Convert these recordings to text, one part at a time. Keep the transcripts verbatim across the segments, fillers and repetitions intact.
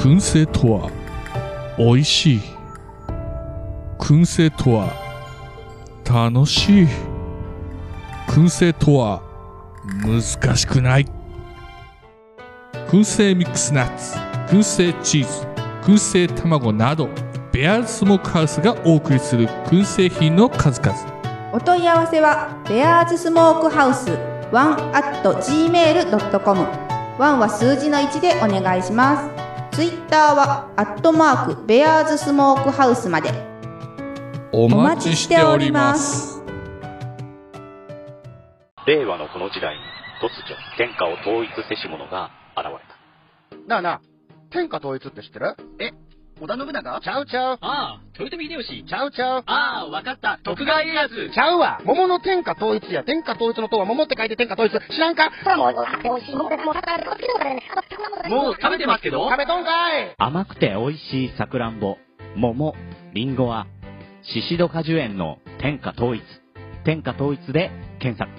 燻製とは美味しい。燻製とは楽しい。燻製とは難しくない。燻製ミックスナッツ、燻製チーズ、燻製卵など、ベアーズスモークハウスがお送りする燻製品の数々。 お問い合わせはベアーズスモークハウスワンアットジーメールドットコム。ワンは数字のいちでお願いします。ツイッターはアットマークベアーズスモークハウスまでお待ちしております。 令和のこの時代に突如天下を統一せし者が現れた。 なあなあ、天下統一って知ってる？え、織田信長？ちゃうちゃう。 ああ、豊臣秀吉。 ちゃうちゃう。 ああ、わかった。徳川家康。 ちゃうわ。桃の天下統一や。天下統一の塔は桃って書いて天下統一。知らんか？ もう食べてますけど。 食べとんかい。 甘くて美味しいさくらんぼ、桃、りんごはシシド果樹園の天下統一。天下統一で検索。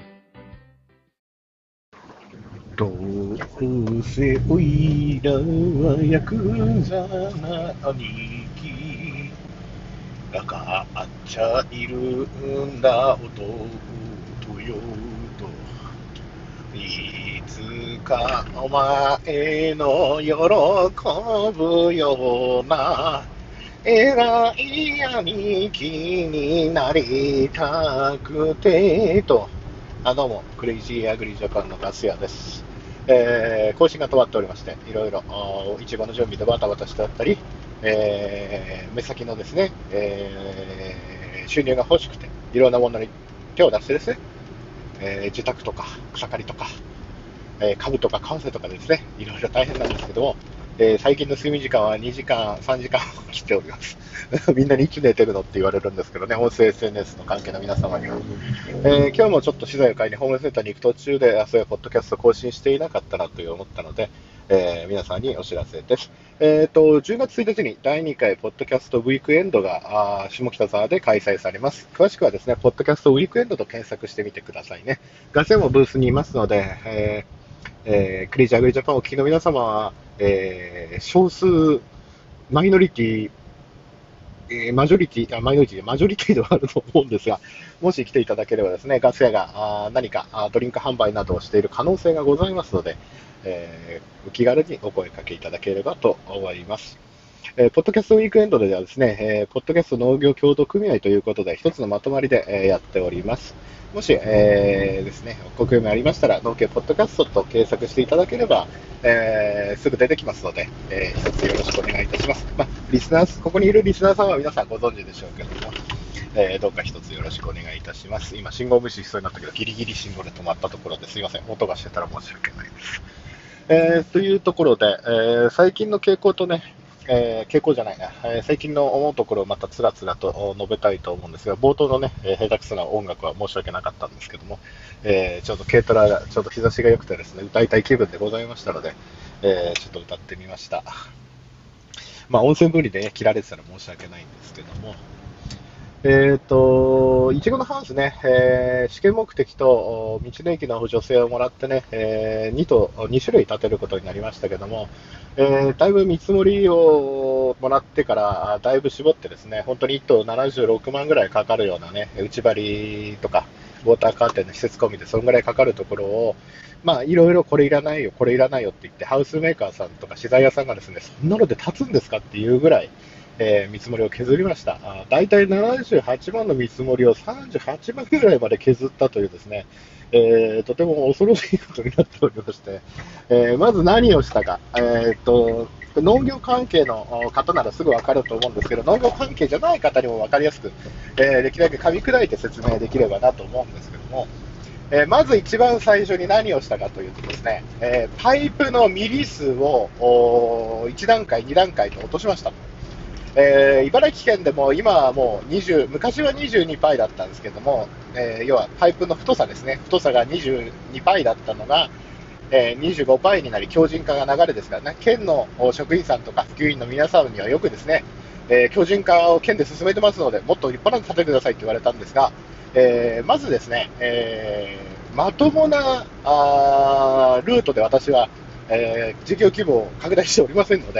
どうせおいらはヤクザな兄貴だかあっちゃいるんだ弟よと、いつかお前の喜ぶような偉い兄貴になりたくてと。あ、どうもクレイジーアグリジャパンのガス屋です。えー、更新が止まっておりまして、いろいろいちごの準備でバタバタしてあったり、えー、目先のですね、えー、収入が欲しくていろんなものに手を出してですね、えー、自宅とか草刈りとか、えー、株とか為替とかですね、いろいろ大変なんですけども、えー、最近の睡眠時間はにじかん、さんじかんを切っております。みんなにいつ寝てるのって言われるんですけどね、音声 エスエヌエス の関係の皆様には。えー、今日もちょっと資材を買いにホームセンターに行く途中で、あ、そういうポッドキャスト更新していなかったなという思ったので、えー、皆さんにお知らせです。えーと、じゅうがつついたちにだいにかいポッドキャストウィークエンドがあ下北沢で開催されます。詳しくはですね、ポッドキャストウィークエンドと検索してみてくださいね。ガセもブースにいますので、えーえー、クレイジーアグリジャパンをお聞きの皆様は、えー、少数マイノリティ、えー、マジョリティ、あ、マイノリティでマジョリティではあると思うんですが、もし来ていただければですね、ガス屋があ何かあドリンク販売などをしている可能性がございますので、えー、お気軽にお声かけいただければと思います。えー、ポッドキャストウィークエンドではですね、えー、ポッドキャスト農業協同組合ということで一つのまとまりで、えー、やっております。もし、えー、ですね、ご興味ありましたら農協ポッドキャストと検索していただければ、えー、すぐ出てきますので、えー、一つよろしくお願いいたします。まあ、リスナー、ここにいるリスナーさんは皆さんご存知でしょうけれども、えー、どうか一つよろしくお願いいたします。今信号無視しそうになったけどギリギリ信号で止まったところですいません、音がしてたら申し訳ないです。えー、というところで、えー、最近の傾向とね、えー、傾向じゃないな、えー、最近の思うところをまたつらつらと述べたいと思うんですが、冒頭のね、えー、下手くそな音楽は申し訳なかったんですけども、えー、ちょうど軽トラ、ちょうど日差しが良くてですね、歌いたい気分でございましたので、えー、ちょっと歌ってみました。まあ、音声分離で、ね、切られてたら申し訳ないんですけども、えーと、いちごのハウスね、えー、試験目的と道の駅の助成をもらってね、えー、にとに種類立てることになりましたけども、えー、だいぶ見積もりをもらってからだいぶ絞ってですね、本当にいっとうななじゅうろくまんぐらいかかるようなね、内張りとかウォーターカーテンの施設込みでそのぐらいかかるところを、まあいろいろこれいらないよこれいらないよって言ってハウスメーカーさんとか資材屋さんがですね、そんなので立つんですかっていうぐらい、えー、見積もりを削りました。だいたいななじゅうはちまんの見積もりをさんじゅうはちまんぐらいまで削ったというですね、えー、とても恐ろしいことになっておりまして、えー、まず何をしたか、えー、と農業関係の方ならすぐ分かると思うんですけど、農業関係じゃない方にも分かりやすく、えー、できるだけ噛み砕いて説明できればなと思うんですけども、えー、まず一番最初に何をしたかというとですね、えー、パイプのミリ数をいちだんかいにだんかいと落としました。えー、茨城県でも今はもうにじゅう、昔はにじゅうにパイだったんですけども、えー、要はパイプの太さですね、太さがにじゅうにパイだったのが、えー、にじゅうごパイになり強靭化が流れですからね、県の職員さんとか普及員の皆さんにはよくですね、えー、強靭化を県で進めてますのでもっと立派なの立ててくださいと言われたんですが、えー、まずですね、えー、まともなあルートで私は、えー、事業規模を拡大しておりませんので、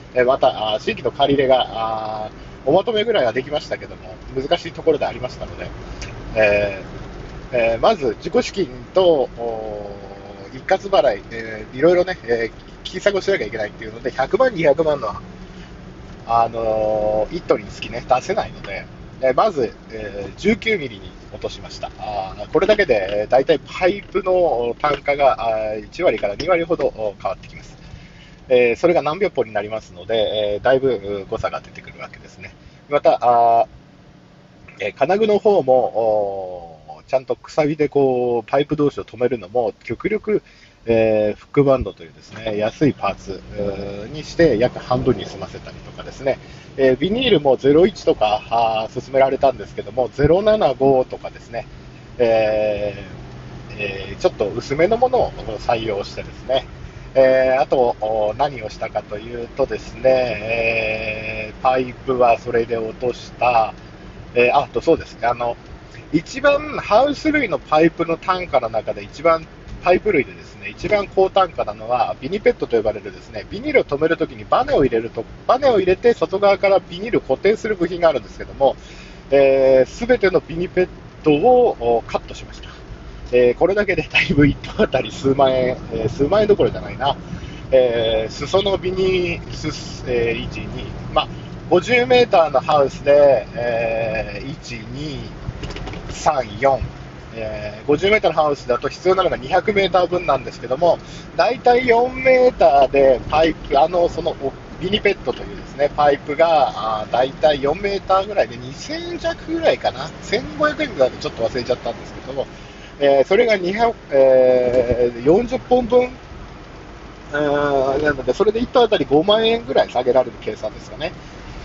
えーまた、あ新規の借り入れが、あおまとめぐらいはできましたけども、難しいところでありましたので、えーえーまず自己資金とお一括払い、えーいろいろね、えー金策をしなきゃいけないっていうので、ひゃくまん、にひゃくまんの、あのー、いっトンにつきね、出せないので、えーまず、えーじゅうきゅうミリに落としました。あーこれだけで、だいたいパイプの単価があーいちわりからにわりほどお変わってきます。えーそれが何百本になりますので、えーだいぶう誤差が出てくるわけですね。また、あーえー金具の方も、おーちゃんとくさびでこうパイプ同士を止めるのも、極力、えーフックバンドというですね、安いパーツうーにして約半分に済ませたりとかですね、えービニールもゼロイチとかあー勧められたんですけども、ゼロななごとかですね、えーえーちょっと薄めのものを採用してですね、えーあとお何をしたかというとですね、えーパイプはそれで落とした、えーあとそうですね、あの一番ハウス類のパイプの単価の中で一番パイプ類でですね一番高単価なのはビニペットと呼ばれるですねビニールを止めるときにバネを入れるとバネを入れて外側からビニールを固定する部品があるんですけども、す、えー、べ、てのビニペットをカットしました。えーこれだけでだいぶいっぽんあたり数万円、えー数万円どころじゃないな、えー裾のビニス、えーいち、に、まあ、ごじゅうメーターのハウスで、えーいち、に、さん、よん、えーごじゅうメーターのハウスだと必要なのがにひゃくメーターぶんなんですけども、だいたいよんメーターでパイプ、あのそのビニペットというですねパイプがあーだいたいよんメーターぐらいでにせんえん弱ぐらいかな、せんごひゃくえんぐらいでちょっと忘れちゃったんですけども、えーそれがにひゃく、えーよんじゅっぽんぶん、えーなのでそれでいっトンあたりごまんえんぐらい下げられる計算ですかね。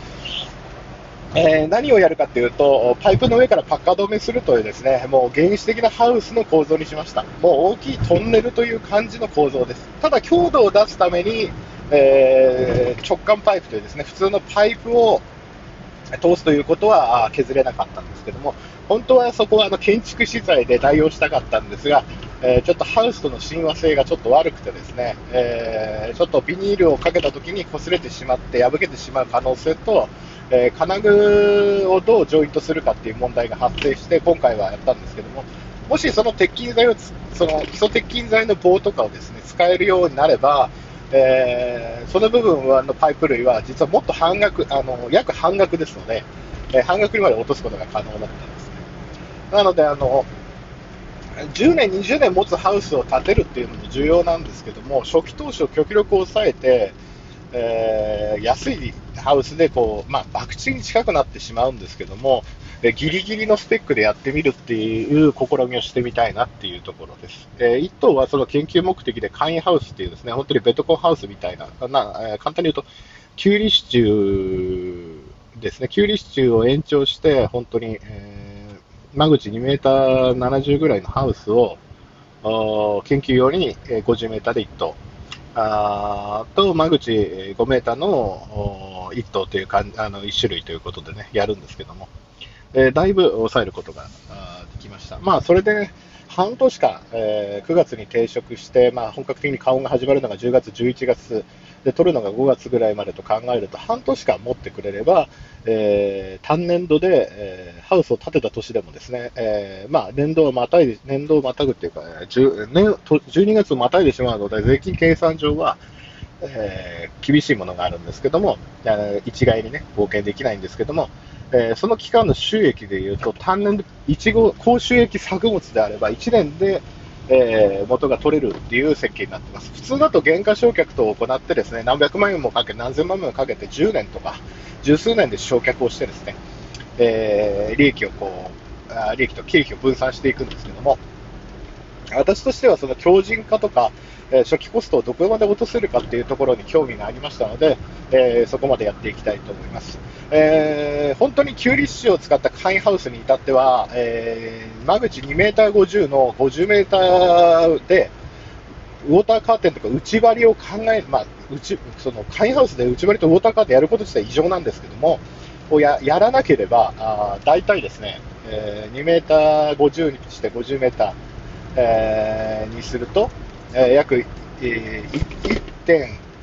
えー何をやるかというと、パイプの上からパッカ止めするというですね、もう原始的なハウスの構造にしました。もう大きいトンネルという感じの構造です。ただ強度を出すために、えー直管パイプというですね、普通のパイプを通すということはあー削れなかったんですけども、本当はそこはあの建築資材で代用したかったんですが、えーちょっとハウスとの親和性がちょっと悪くてですね、えーちょっとビニールをかけたときに擦れてしまって破けてしまう可能性と、えー金具をどうジョイントするかっていう問題が発生して今回はやったんですけども、もしその鉄筋材をつその基礎鉄筋材の棒とかをですね使えるようになれば、えーその部分はのパイプ類は実はもっと半額、あの約半額ですので、えー半額にまで落とすことが可能だったんですね。なのであのじゅうねん、にじゅうねん持つハウスを建てるっていうのも重要なんですけども、初期投資を極力抑えて、えー安いハウスでこう、まあ、博打に近くなってしまうんですけども、えーギリギリのスペックでやってみるっていう試みをしてみたいなっていうところです。えー、一棟はその研究目的で簡易ハウスっていうですね、本当にベトコンハウスみたいな、なえー簡単に言うと、キュウリ支柱ですね、キュウリ支柱を延長して、本当に、えー間口にメーターななじゅうぐらいのハウスをお研究用にえーごじゅうメーターでいっ棟。あーと間口ごメーターのおいっ棟というかあのいっ種類ということでねやるんですけども、えーだいぶ抑えることがあーできました。まあそれで、ね、半年間、えーくがつに停職して、まあ、本格的に加温が始まるのがじゅうがつ、じゅういちがつで取るのがごがつぐらいまでと考えると半年間持ってくれれば、えー単年度で、えーハウスを建てた年でもですね、えーまあ、年度をまたいで年度をまたぐっていうかじゅう、年とじゅうにがつをまたいでしまうので税金計算上は、えー厳しいものがあるんですけども、えー一概にね合計できないんですけども、えーその期間の収益でいうと単年でいちご高収益作物であればいちねんで、えー元が取れるっていう設計になっています。普通だと減価償却等を行ってですね何百万円もかけ何千万円もかけてじゅうねんとか十数年で償却をしてですね、えー利益をこうあ利益と経費を分散していくんですけども、私としてはその強靭化とか、えー初期コストをどこまで落とせるかっていうところに興味がありましたので、えーそこまでやっていきたいと思います。えー本当にキュウリ支柱を使った簡易ハウスに至っては、えー間口にメーターごじゅうのごじゅうメーターでウォーターカーテンとか内張りを考え、まあ、内その簡易ハウスで内張りとウォーターカーテンやること自体異常なんですけども、を や, やらなければあ大体ですね、えーにメーターごじゅうにしてごじゅうメーター、えーにすると、えー約、えー、いってん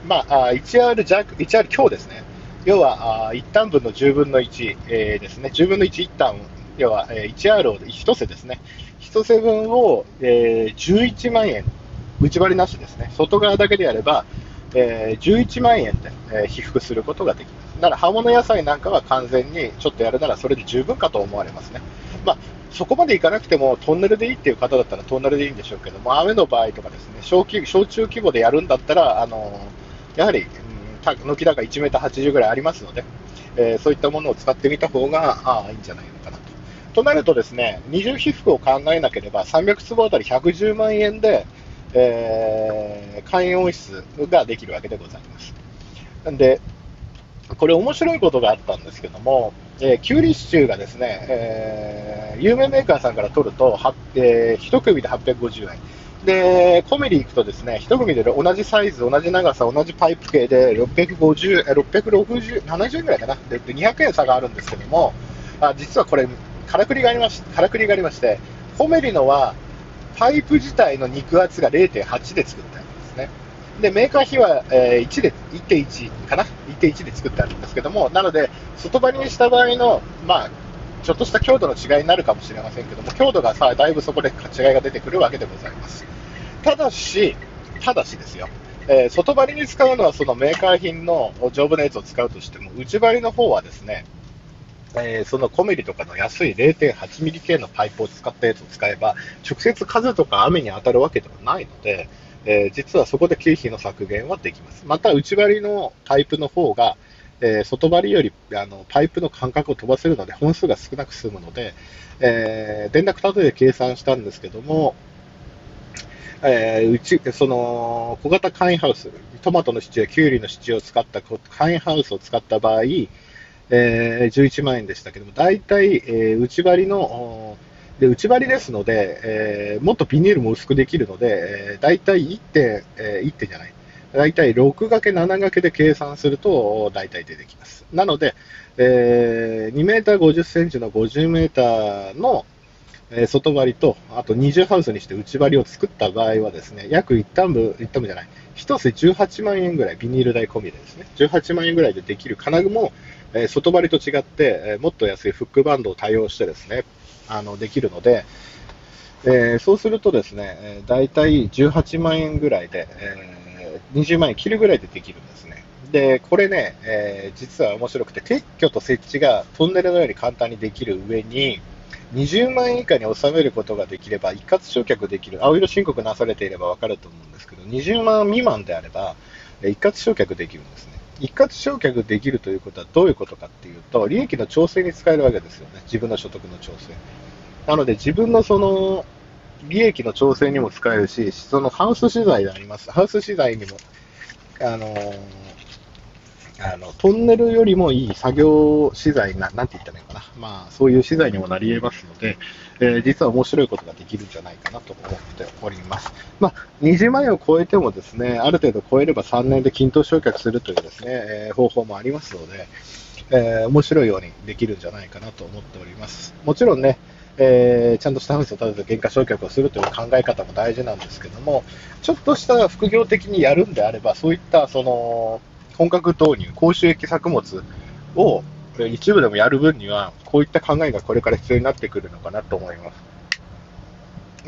まあ、あ いちアール 弱、いちアール 強ですね。要は、あいち単分のじゅうぶんのいち、えー、ですね。じゅうぶんのいち、いち単、要は、えー、いちアール をいち世ですね。いち世分を、えー、じゅういちまんえん、内張りなしですね。外側だけでやれば、えー、じゅういちまんえんで、えー、被覆することができます。だから葉物野菜なんかは完全にちょっとやるならそれで十分かと思われますね。まあ、そこまでいかなくてもトンネルでいいっていう方だったらトンネルでいいんでしょうけども、雨の場合とかですね、小規小中規模でやるんだったら、あのやはり、うん、軒高いちメーターはちじゅうぐらいありますので、えー、そういったものを使ってみた方があいいんじゃないのかなと。となるとですね、二重被覆を考えなければさんびゃくつぼあたりひゃくじゅうまんえんで、えー、簡易温室ができるわけでございます。なんでこれ面白いことがあったんですけども、えー、キュウリシチューがですね、えー、有名メーカーさんから取ると、えー、いち組ではっぴゃくごじゅうえんで、コメリ行くとですね、いち組で同じサイズ、同じ長さ、同じパイプ系でろっぴゃくごじゅう、ろっぴゃくろくじゅう、ななじゅうえんぐらいかな。で、にひゃくえん差があるんですけども、あ実はこれからくりがありまし、からくりがありまして、コメリのはパイプ自体の肉厚が れいてんはち で作ってあるんですね。で、メーカー比は、えー、いちで、いってんいちかな ?いってんいち で作ってあるんですけども、なので、外張りにした場合の、まあ、ちょっとした強度の違いになるかもしれませんけども、強度がさ、だいぶそこで違いが出てくるわけでございます。ただし、ただしですよ、えー、外張りに使うのはそのメーカー品の丈夫なやつを使うとしても、内張りの方はですね、えー、そのコメリとかの安い れいてんはちミリ系のパイプを使ったやつを使えば、直接風とか雨に当たるわけではないので、えー、実はそこで経費の削減はできます。また内張りのパイプの方が、えー、外張りよりあのパイプの間隔を飛ばせるので本数が少なく済むので、えー、電卓立てで計算したんですけども、えー、うちその小型簡易ハウス、トマトの支柱やキュウリの支柱を使った簡易ハウスを使った場合、えー、じゅういちまんえんでしたけども、大体、えー、内張りので内張りですので、えー、もっとビニールも薄くできるので、えー、大体いってん、えー、いってんじゃない、大体ろく掛けなな掛けで計算すると大体出てきます。なので、えー、にメーターごじゅっセンチのごじゅうメーターの、えー、外張りと、あとにじゅうハウスにして内張りを作った場合はですね、約いち単部、いち単部じゃない、いち世じゅうはちまんえんぐらい、ビニール代込みでですね、じゅうはちまんえんぐらいでできる金具も、えー、外張りと違って、えー、もっと安いフックバンドを対応してですね、あのできるので、えー、そうするとですね、えー、大体じゅうはちまんえんぐらいで、えー、にじゅうまんえん切るぐらいでできるんですね。で、これね、えー、実は面白くて、撤去と設置がトンネルのように簡単にできる上に、にじゅうまんえん以下に収めることができれば、一括償却できる、青色申告なされていれば分かると思うんですけど、にじゅうまん未満であれば、一括償却できるんですね。一括償却できるということはどういうことかっていうと、利益の調整に使えるわけですよね。自分の所得の調整。なので自分のその利益の調整にも使えるし、そのハウス資材であります。ハウス資材にも、あのー、あのトンネルよりもいい作業資材な、なんて言ったらいいのかな。まあ、そういう資材にもなり得ますので、えー、実は面白いことができるんじゃないかなと思っております。まあ、にじゅうまんえんを超えてもですね、ある程度超えればさんねんで均等償却するというですね、えー、方法もありますので、えー、面白いようにできるんじゃないかなと思っております。もちろんね、えー、ちゃんとしたハウスを建てて原価償却をするという考え方も大事なんですけども、ちょっとした副業的にやるんであれば、そういったその本格導入、高収益作物を一部でもやる分には、こういった考えがこれから必要になってくるのかなと思います。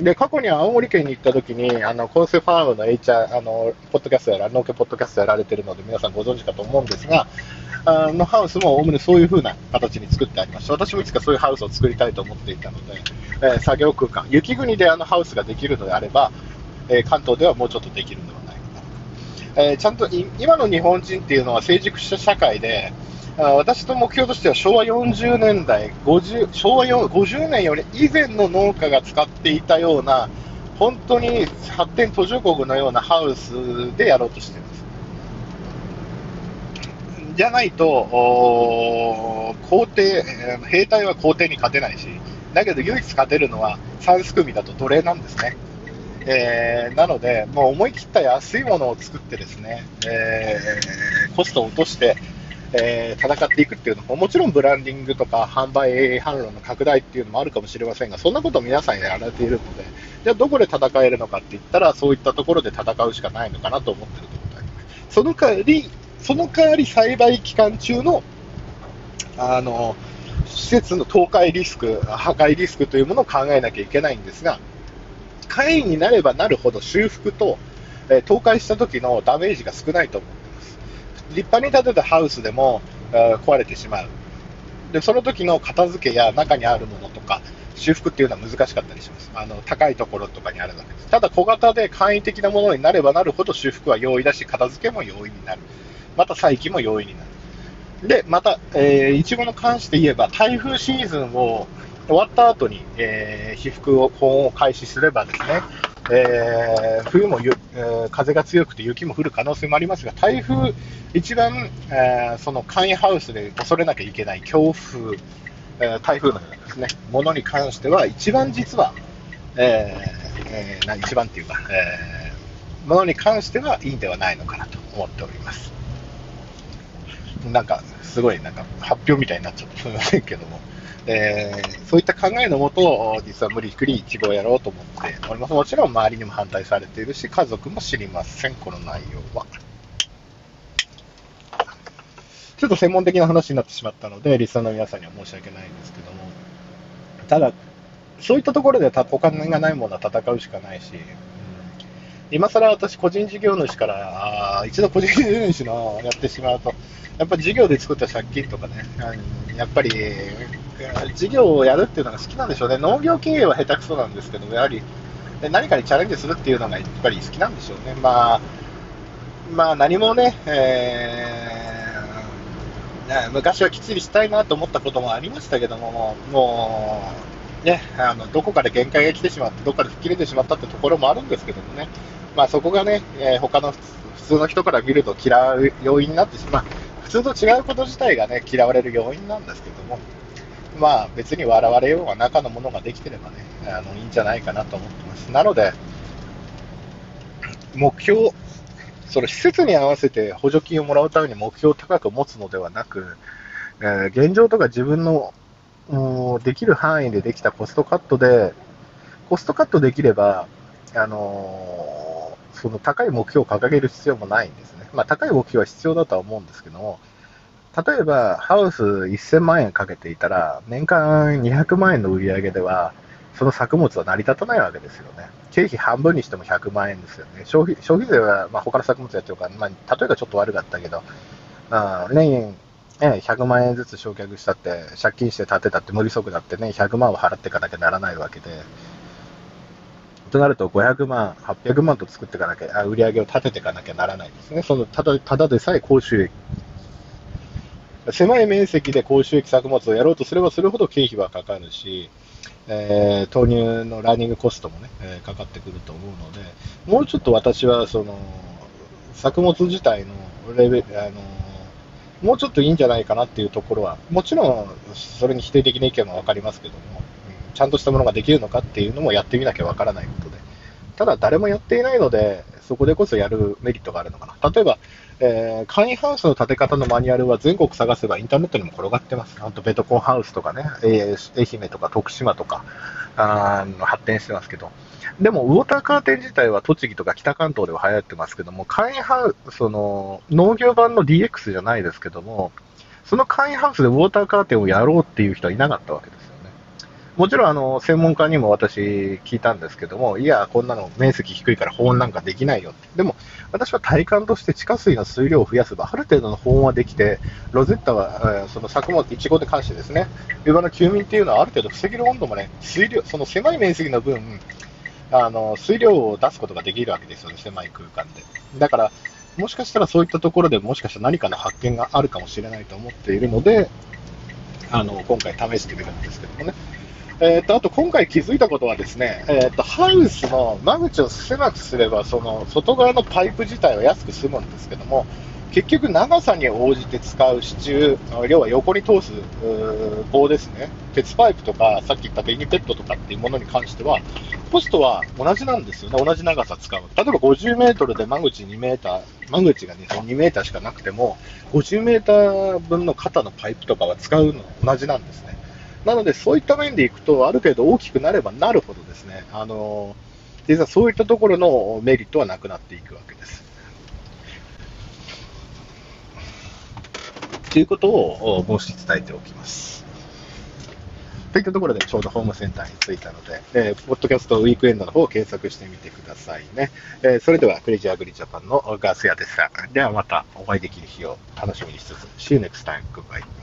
で、過去に青森県に行った時に、あの、コンセファームの H R、あの、ポッドキャストやら、農家ポッドキャストやられているので、皆さんご存知かと思うんですが、あのハウスもおおむねそういう風な形に作ってありまして、私もいつかそういうハウスを作りたいと思っていたので、えー、作業空間、雪国であのハウスができるのであれば、えー、関東ではもうちょっとできるのではないかな。えー、ちゃんと今の日本人っていうのは成熟した社会で、あ私の目標としては昭和よんじゅうねんだい、ごじゅう昭和ごじゅうねんより以前の農家が使っていたような、本当に発展途上国のようなハウスでやろうとしています。じゃないと、皇帝、兵隊は皇帝に勝てないし、だけど唯一勝てるのはさん組だと奴隷なんですね。えー、なので、もう思い切った安いものを作ってですね、えー、コストを落として、えー、戦っていくっていうのも、もちろんブランディングとか販売販路の拡大っていうのもあるかもしれませんが、そんなことを皆さんやられているので、じゃあどこで戦えるのかって言ったら、そういったところで戦うしかないのかなと思っているところであります。 その代わり、その代わり栽培期間中の、あの、施設の倒壊リスク、破壊リスクというものを考えなきゃいけないんですが、会員になればなるほど修復と、えー、倒壊した時のダメージが少ないと思っています。立派に建てたハウスでも、えー、壊れてしまう。で、その時の片付けや中にあるものとか、修復っていうのは難しかったりします。あの、高いところとかにあるわけです。ただ小型で簡易的なものになればなるほど修復は容易だし、片付けも容易になる。また再起も容易になる。で、また、えー、いちごに関して言えば、台風シーズンを終わった後に、えー、被覆を、保温を開始すればですね、えー、冬もゆ、えー、風が強くて雪も降る可能性もありますが、台風、一番、えー、その簡易ハウスで恐れなきゃいけない強風、えー、台風のようなですね、ものに関しては、一番実は、えーえー、一番っていうか、えー、ものに関してはいいんではないのかなと思っております。なんか、すごいなんか発表みたいになっちゃってすみませんけども、えー、そういった考えのもと、実は無理くりイチゴをやろうと思っております。もちろん周りにも反対されているし、家族も知りません、この内容は。ちょっと専門的な話になってしまったので、リスナーの皆さんには申し訳ないんですけども、ただ、そういったところでお金がないものは戦うしかないし、うん、今更私、個人事業主から、あ一度個人事業主のやってしまうと、やっぱり事業で作った借金とかね、やっぱり事業をやるっていうのが好きなんでしょうね。農業経営は下手くそなんですけど、やはり何かにチャレンジするっていうのがやっぱり好きなんでしょうね。まあ、まあ何もね、えー、昔はきっちりしたいなと思ったこともありましたけども、もうね、あのどこかで限界が来てしまって、どこかで吹っ切れてしまったってところもあるんですけどもね、まあそこがね、えー、他の普通の人から見ると嫌う要因になってしまう。普通と違うこと自体がね、嫌われる要因なんですけども、まあ別に笑われようが中のものができてればね、あのいいんじゃないかなと思ってます。なので、目標、その施設に合わせて補助金をもらうために目標を高く持つのではなく、えー、現状とか自分のできる範囲でできたコストカットで、コストカットできれば、あのー、その高い目標を掲げる必要もないんですね。まあ高い目標は必要だとは思うんですけども、例えばハウスせんまんえんかけていたら、年間にひゃくまんえんの売り上げでは、その作物は成り立たないわけですよね。経費半分にしてもひゃくまんえんですよね。消費、消費税は、まあ、他の作物やってるから、まあ、例えがちょっと悪かったけど、まあ、年、ひゃくまんえんずつ償却したって、借金して建てたって無利息だってね、ひゃくまんを払っていかなきゃならないわけで、となるとごひゃくまん、はっぴゃくまんと作っていかなきゃ、あ売り上げを立てていかなきゃならないんですね。そのただ、ただでさえ高収益。狭い面積で高収益作物をやろうとすればするほど経費はかかるし、えー、投入のランニングコストもね、えー、かかってくると思うので、もうちょっと私はその作物自体のレベル、あのもうちょっといいんじゃないかなっていうところは、もちろんそれに否定的な意見も分かりますけども、うん、ちゃんとしたものができるのかっていうのもやってみなきゃ分からないことで、ただ誰もやっていないので、そこでこそやるメリットがあるのかな。例えば、えー、簡易ハウスの建て方のマニュアルは全国探せばインターネットにも転がってます。あとベトコンハウスとかね、えー、愛媛とか徳島とかあ発展してますけど、でもウォーターカーテン自体は栃木とか北関東では流行ってますけども、簡易ハウス、その農業版の ディーエックス じゃないですけども、その簡易ハウスでウォーターカーテンをやろうっていう人はいなかったわけですよね。もちろんあの専門家にも私聞いたんですけども、いや、こんなの面積低いから保温なんかできないよって。でも私は体感として地下水の水量を増やせばある程度の保温はできて、ロゼッタはその作物、イチゴに関してですね、冬場の休眠っていうのはある程度防げる温度もね、水量、その狭い面積の分、あの水量を出すことができるわけですよね、狭い空間で。だからもしかしたらそういったところでもしかしたら何かの発見があるかもしれないと思っているので、あの今回試してみるんですけどもね。えー、とあと今回気づいたことはですね、えー、とハウスの間口を狭くすればその外側のパイプ自体は安く済むんですけども、結局長さに応じて使う支柱、要は横に通す棒ですね、鉄パイプとかさっき言ったベニペットとかっていうものに関してはコストは同じなんですよね。同じ長さ使う。例えばごじゅうメートルで間口にメーター、間口が、ね、にメーターしかなくてもごじゅうメーター分の肩のパイプとかは使うの同じなんですね。なのでそういった面でいくとある程度大きくなればなるほどですね、あの実はそういったところのメリットはなくなっていくわけです。 ということを申し伝えておきます。といったところでちょうどホームセンターに着いたので、えー、ポッドキャストウィークエンドの方を検索してみてくださいね。えー、それではクレイジーアグリジャパンのガースヤでした。ではまたお会いできる日を楽しみにしつつ、See you next time. Goodbye.